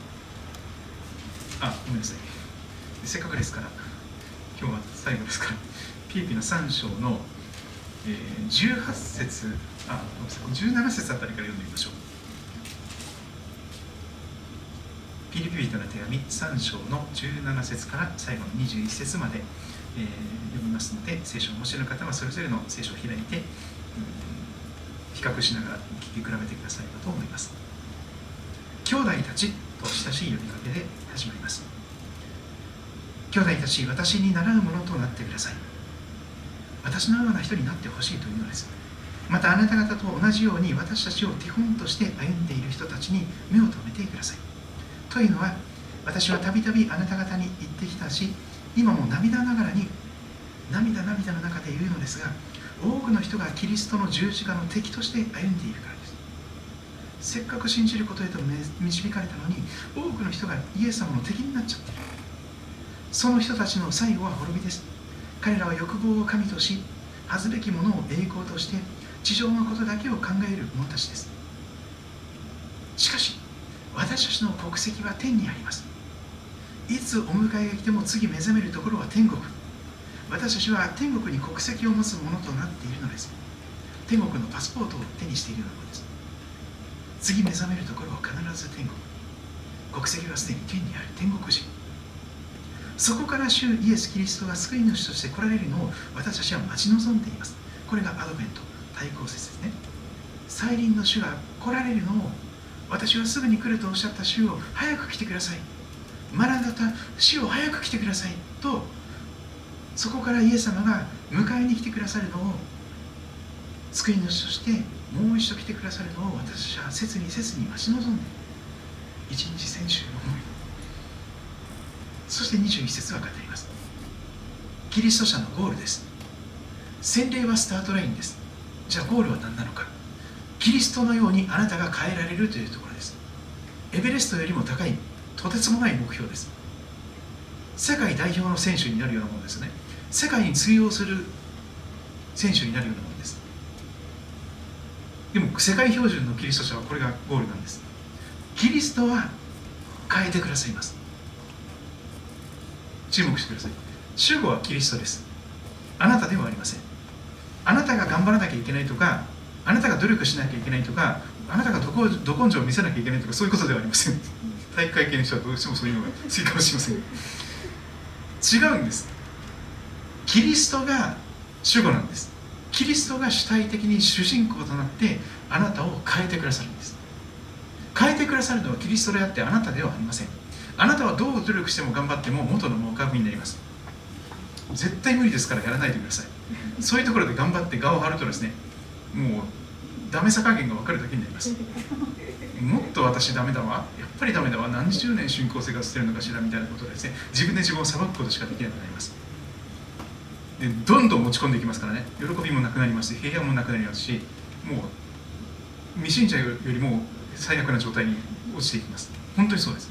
あ、ごめんなさい、せっかくですから今日は最後ですから、ピリピのさん章の、えー、じゅうはち節、あ、ごめんなさい、じゅうなな節あたりから読んでみましょう。ピリピ人の手紙さん章のじゅうなな節から最後のにじゅういち節まで、えー、読みますので、聖書をお持ちの方はそれぞれの聖書を開いて、うん、比較しながら聞き比べてくださればと思います。兄弟たちと親しい呼びかけで始まります。兄弟たち、私に習うものとなってください。私のような人になってほしいというのです。またあなた方と同じように私たちを手本として歩んでいる人たちに目を留めてください。というのは、私はたびたびあなた方に言ってきたし、今も涙ながらに涙涙の中で言うのですが、多くの人がキリストの十字架の敵として歩んでいるからです。せっかく信じることへと導かれたのに、多くの人がイエス様の敵になっちゃっている。その人たちの最後は滅びです。彼らは欲望を神とし、恥ずべきものを栄光として地上のことだけを考える者たちです。しかし私たちの国籍は天にあります。いつお迎えが来ても次目覚めるところは天国。私たちは天国に国籍を持つものとなっているのです。天国のパスポートを手にしているようなものです。次目覚めるところは必ず天国。国籍はすでに天にある天国人。そこから主イエス・キリストが救い主として来られるのを私たちは待ち望んでいます。これがアドベント、対抗節ですね。再臨の主が来られるのを、私はすぐに来るとおっしゃった主を早く来てください。マラナタ、主を早く来てくださいと、そこからイエス様が迎えに来てくださるのを、救い主としてもう一度来てくださるのを私は切に切に待ち望んで、一日千秋の思い。そしてにじゅういち節は語ります。キリスト者のゴールです。洗礼はスタートラインです。じゃあゴールは何なのか。キリストのようにあなたが変えられるというところです。エベレストよりも高い、とてつもない目標です。世界代表の選手になるようなものですね。世界に通用する選手になるようなものです。でも世界標準のキリスト者はこれがゴールなんです。キリストは変えてくださいます。注目してください。主語はキリストです。あなたではありません。あなたが頑張らなきゃいけないとか、あなたが努力しなきゃいけないとか、あなたがどこど根性を見せなきゃいけないとか、そういうことではありません。体育会系の人はどうしてもそういうのがついかもしれません。違うんです。キリストが主語なんです。キリストが主体的に主人公となってあなたを変えてくださるんです。変えてくださるのはキリストであってあなたではありません。あなたはどう努力しても頑張っても元の木額になります。絶対無理ですからやらないでください。そういうところで頑張って我を張るとですね、もうダメさ加減が分かるだけになります。もっと私ダメだわ、やっぱりダメだわ、何十年信仰生活してるのかしらみたいなことでですね、自分で自分を裁くことしかできなくなります。でどんどん持ち込んでいきますからね、喜びもなくなりますし、平安もなくなりますし、もう未信者よりも最悪な状態に落ちていきます。本当にそうです。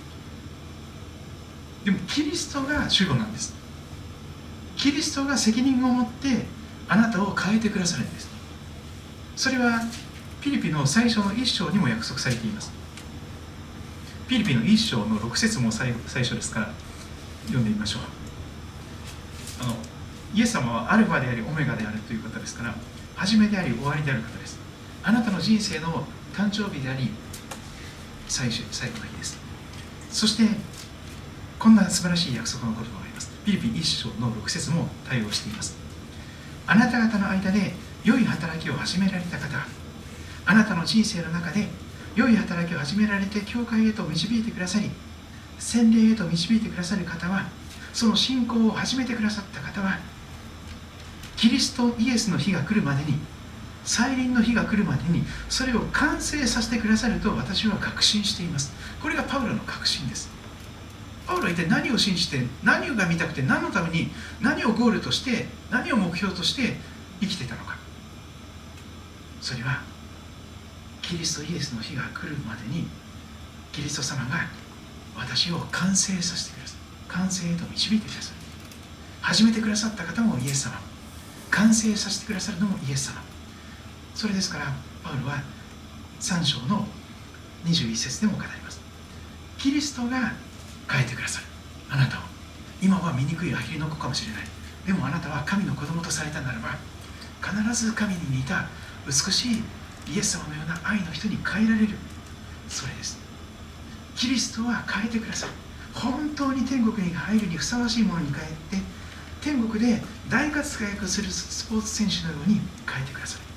でもキリストが主語なんです。キリストが責任を持ってあなたを変えてくださるんです。それはピリピの最初の一章にも約束されています。ピリピの一章の六節も最初ですから読んでみましょう。あのイエス様はアルファでありオメガであるという方ですから、初めであり終わりである方です。あなたの人生の誕生日であり最終最後の日です。そしてこんな素晴らしい約束の言葉があります。ピリピ一章の六節も対応しています。あなた方の間で良い働きを始められた方、あなたの人生の中で良い働きを始められて教会へと導いてくださり、洗礼へと導いてくださる方は、その信仰を始めてくださった方は、キリストイエスの日が来るまでに、再臨の日が来るまでにそれを完成させてくださると私は確信しています。これがパウロの確信です。パウロは一体何を信じて、何が見たくて、何のために、何をゴールとして、何を目標として生きていたのか。それはキリストイエスの日が来るまでにキリスト様が私を完成させてください。完成へと導いてください。 始めてくださった方もイエス様、完成させてくださるのもイエス様。それですからパウロはさん章のにじゅういち節でも語ります。キリストが変えてくださるあなたを。今は醜いアヒルの子かもしれない。でもあなたは神の子供とされたならば、必ず神に似た美しいイエス様のような愛の人に変えられる。それです。キリストは変えてくださる。本当に天国に入るにふさわしいものに変えて、天国で大活躍するスポーツ選手のように変えてくださる。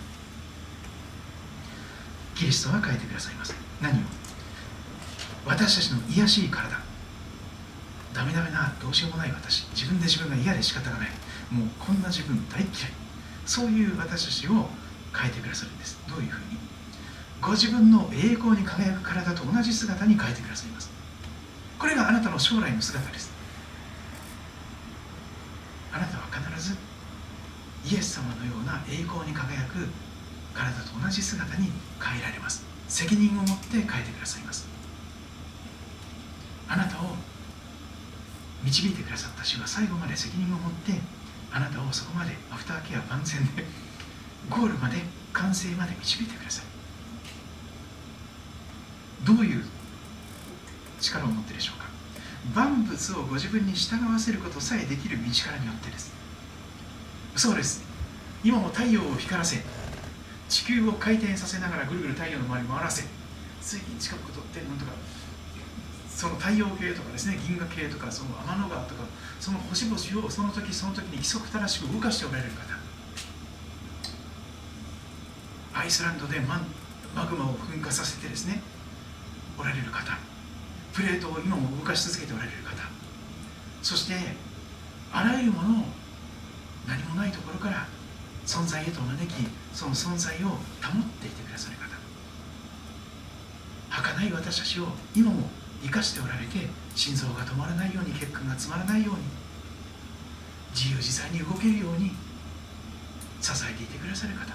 キリストは変えてくださいます。何を？私たちの卑しい体、ダメダメなどうしようもない私、自分で自分が嫌で仕方がない、もうこんな自分大嫌い、そういう私たちを変えてくださるんです。どういうふうに？ご自分の栄光に輝く体と同じ姿に変えてくださいます。これがあなたの将来の姿です。あなたは必ずイエス様のような栄光に輝く体と同じ姿に変えられます。責任を持って変えてくださいます。あなたを導いてくださった主は最後まで責任を持ってあなたをそこまでアフターケア万全でゴールまで完成まで導いてください。どういう力を持ってでしょうか？万物をご自分に従わせることさえできる道からによってです。そうです。今も太陽を光らせ、地球を回転させながらぐるぐる太陽の周り回らせ、水銀近くを取ってなんとか、その太陽系とかですね、銀河系とかその天の川とか、その星々をその時その時に規則正しく動かしておられる方、アイスランドでマンマグマを噴火させてですねおられる方、プレートを今も動かし続けておられる方、そしてあらゆるものを何もないところから存在へと招き、その存在を保っていてくださる方、儚い私たちを今も生かしておられて、心臓が止まらないように、血管が詰まらないように、自由自在に動けるように支えていてくださる方。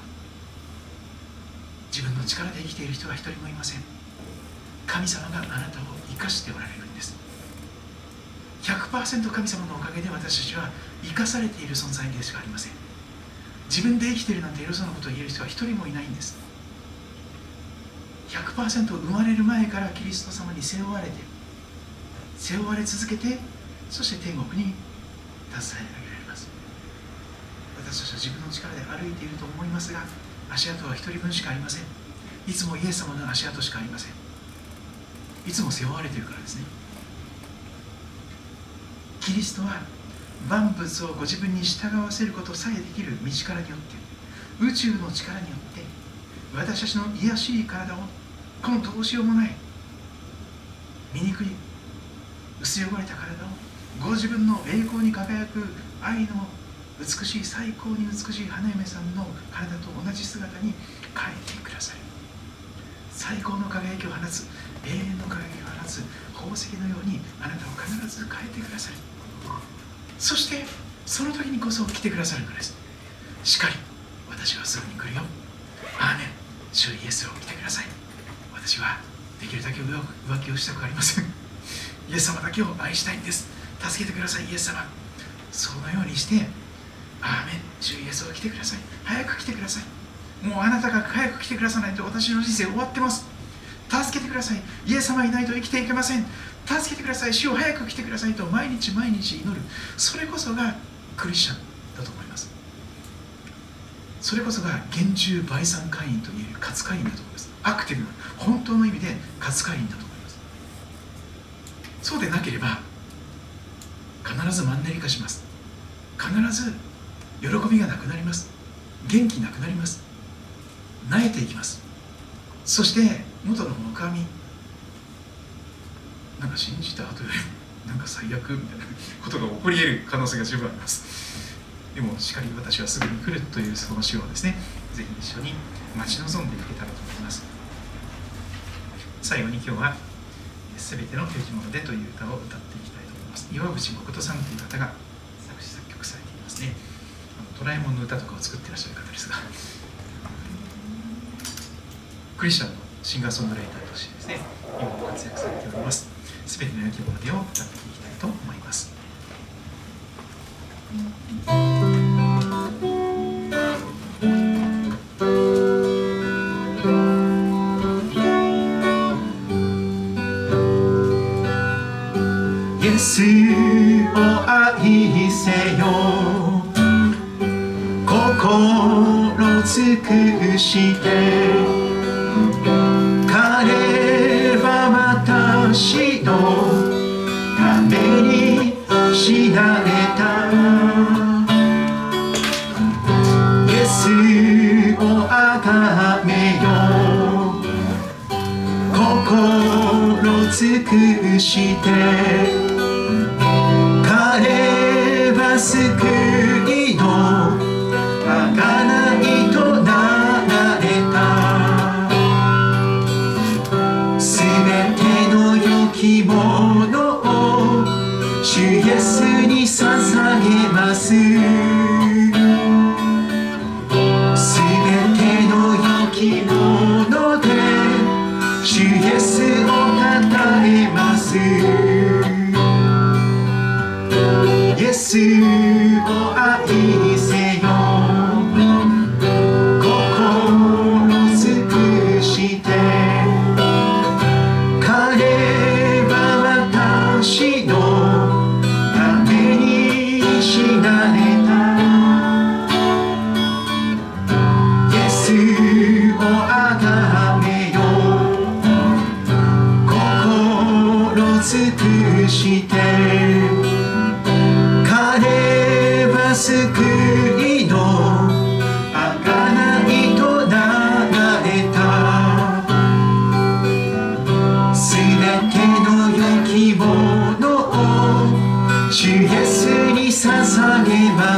自分の力で生きている人は一人もいません。神様があなたを生かしておられるんです。 ひゃくパーセント 神様のおかげで私たちは生かされている存在でしかありません。自分で生きているなんて偉そうなことを言える人は一人もいないんです。 ひゃくパーセント 生まれる前からキリスト様に背負われて背負われ続けて、そして天国に携えられます。私たちは自分の力で歩いていると思いますが、足跡は一人分しかありません。いつもイエス様の足跡しかありません。いつも背負われているからですね。キリストは万物をご自分に従わせることさえできる道からによって、宇宙の力によって私たちの卑しい体を、このどうしようもない醜い薄汚れた体をご自分の栄光に輝く愛の美しい、最高に美しい花嫁さんの体と同じ姿に変えてくださる。最高の輝きを放つ、永遠の輝きを放つ宝石のようにあなたを必ず変えてくださる。そしてその時にこそ来てくださるのです。しかり私はすぐに来るよ、アーメン、主イエスを来てください。私はできるだけ浮気をしたくありません。イエス様だけを愛したいんです。助けてくださいイエス様。そのようにしてアーメン、主イエスを来てください。早く来てください。もうあなたが早く来てくださないと私の人生終わってます。助けてください。イエス様いないと生きていけません。助けてください。主を早く来てくださいと毎日毎日祈る。それこそがクリスチャンだと思います。それこそが厳重売産会員といえる勝会員だと思います。アクティブな本当の意味で勝会員だと思います。そうでなければ必ずマンネリ化します。必ず喜びがなくなります。元気なくなります。萎えていきます。そして元の木阿弥、なんか信じた後でなんか最悪みたいなことが起こり得る可能性が十分あります。でもしかり私はすぐに来るというその死をですね、ぜひ一緒に待ち望んでいけたらと思います。最後に今日はすべての良きものでという歌を歌っていきたいと思います。岩渕誠さんという方が作詞作曲されていますね。あのドラえもんの歌とかを作っていらっしゃる方ですが、クリスチャンのシンガーソングライターとしてですね、今も活躍されております。すべての良きものでを歌っていきたいと思います。 イエスを愛せよ、心尽くして彼は私のために死なれた。イエスをあがめよ、心尽くして彼は救いの贖いとなられた。すべての良きものを主イエスに捧げます。すべての良きもので主イエスをたたえます。イエスを愛せよ、心尽くして彼は私のために死なれた。イエスをあがめよ、心尽くして救いの贖いとなられた。すべての良きものを主イエスに捧げます。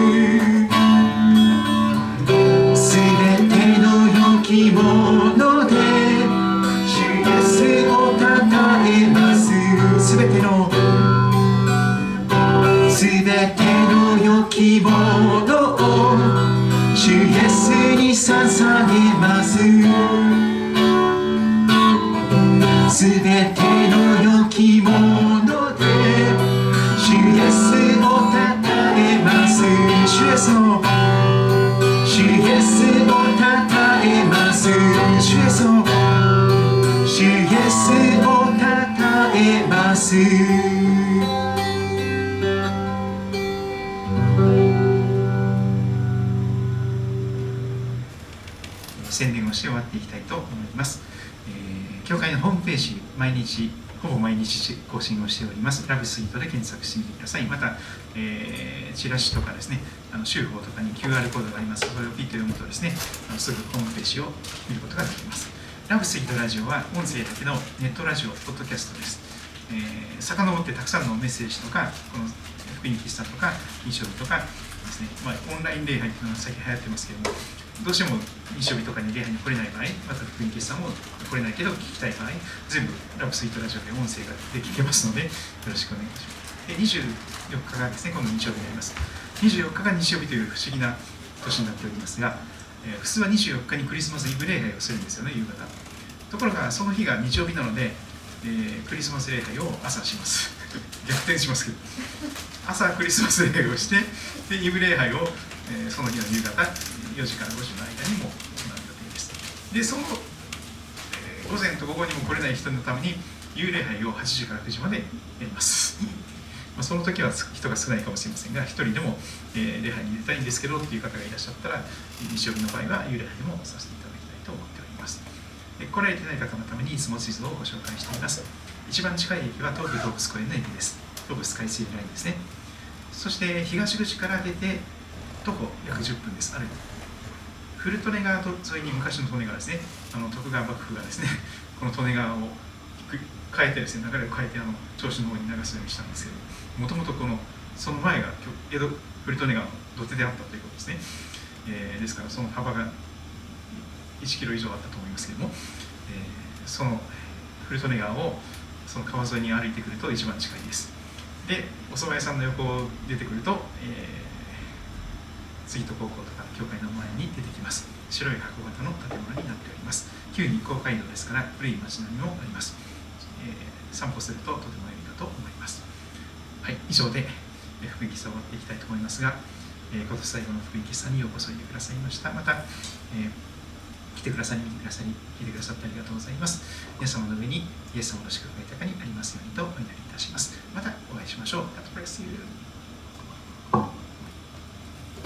すべての良きもので主イエスをたたえます。すべてのすべての良きものを主イエスに捧げます。すべての良きもので主イエスをたたえます。主イエスの主イエスをたたえます。主イエスを主イエスをたたえます。 宣伝をして終わっていきたいと思います。えー、教会のホームページ、毎日ほぼ毎日更新をしております。ラブスイートで検索してみてください。また、えー、チラシとかですね、あの週報とかに キューアール コードがあります。それをピッと読むとですね、あのすぐホームページを見ることができます。ラブスイートラジオは音声だけのネットラジオ、ポッドキャストです。えー、遡ってたくさんのメッセージとか、この福音喫茶とか、日曜日とかですね、まあ、オンライン礼拝というのが最近流行ってますけども、どうしても日曜日とかに礼拝に来れない場合、また福音喫茶も来れないけど聞きたい場合、全部ラブスイートラジオで音声ができてますので、よろしくお願いいたします。で、にじゅうよっかがですね、今度日曜日になります。にじゅうよっかが日曜日という不思議な年になっておりますが、えー、普通はにじゅうよっかにクリスマスイブ礼拝をするんですよね、夕方。ところが、その日が日曜日なので、えー、クリスマス礼拝を朝します。逆転しますけど。朝クリスマス礼拝をして、で、イブ礼拝を、えー、その日の夕方、よじからごじの間にも行う予定です。で、その、えー、午前と午後にも来れない人のために、夕礼拝をはちじからくじまでやります。まあその時は人が少ないかもしれませんが、一人でも、えー、礼拝に出たいんですけどっていう方がいらっしゃったら、日曜日の場合は夕礼拝もさせていただきたいと思っております。で、来られてない方のためにいつも地図をご紹介しています。一番近い駅は東武動物公園の駅です。東武スカイツリーラインですね。そして東口から出て徒歩約じゅっぷんです。ある古利根川沿いに昔の利根川ですね、あの徳川幕府がですね、この利根川を変えてですね、流れを変えてあの銚子の方に流すようにしたんですけど、もともとこのその前が江戸古利根川の土手であったということですね。えー、ですからその幅がいちキロ以上あったと思いますけれども、えー、その古利根川をその川沿いに歩いてくると一番近いです。で、お蕎麦屋さんの横を出てくると、えー、杉戸高校とか教会の前に出てきます。白い箱型の建物になっております。旧日光街道ですから古い町並みもあります。えー、散歩するととても良いかと思います。はい、以上で、 福音喫茶を終わっていきたいと思いますが、えー、今年最後の福音喫茶にようこそいてくださいました。また、えー、来てくださり、見てくださり、聞いてくださってありがとうございます。皆様の上にイエス様の祝福が豊かにありますようにとお祈りいたします。またお会いしましょう。God bless you.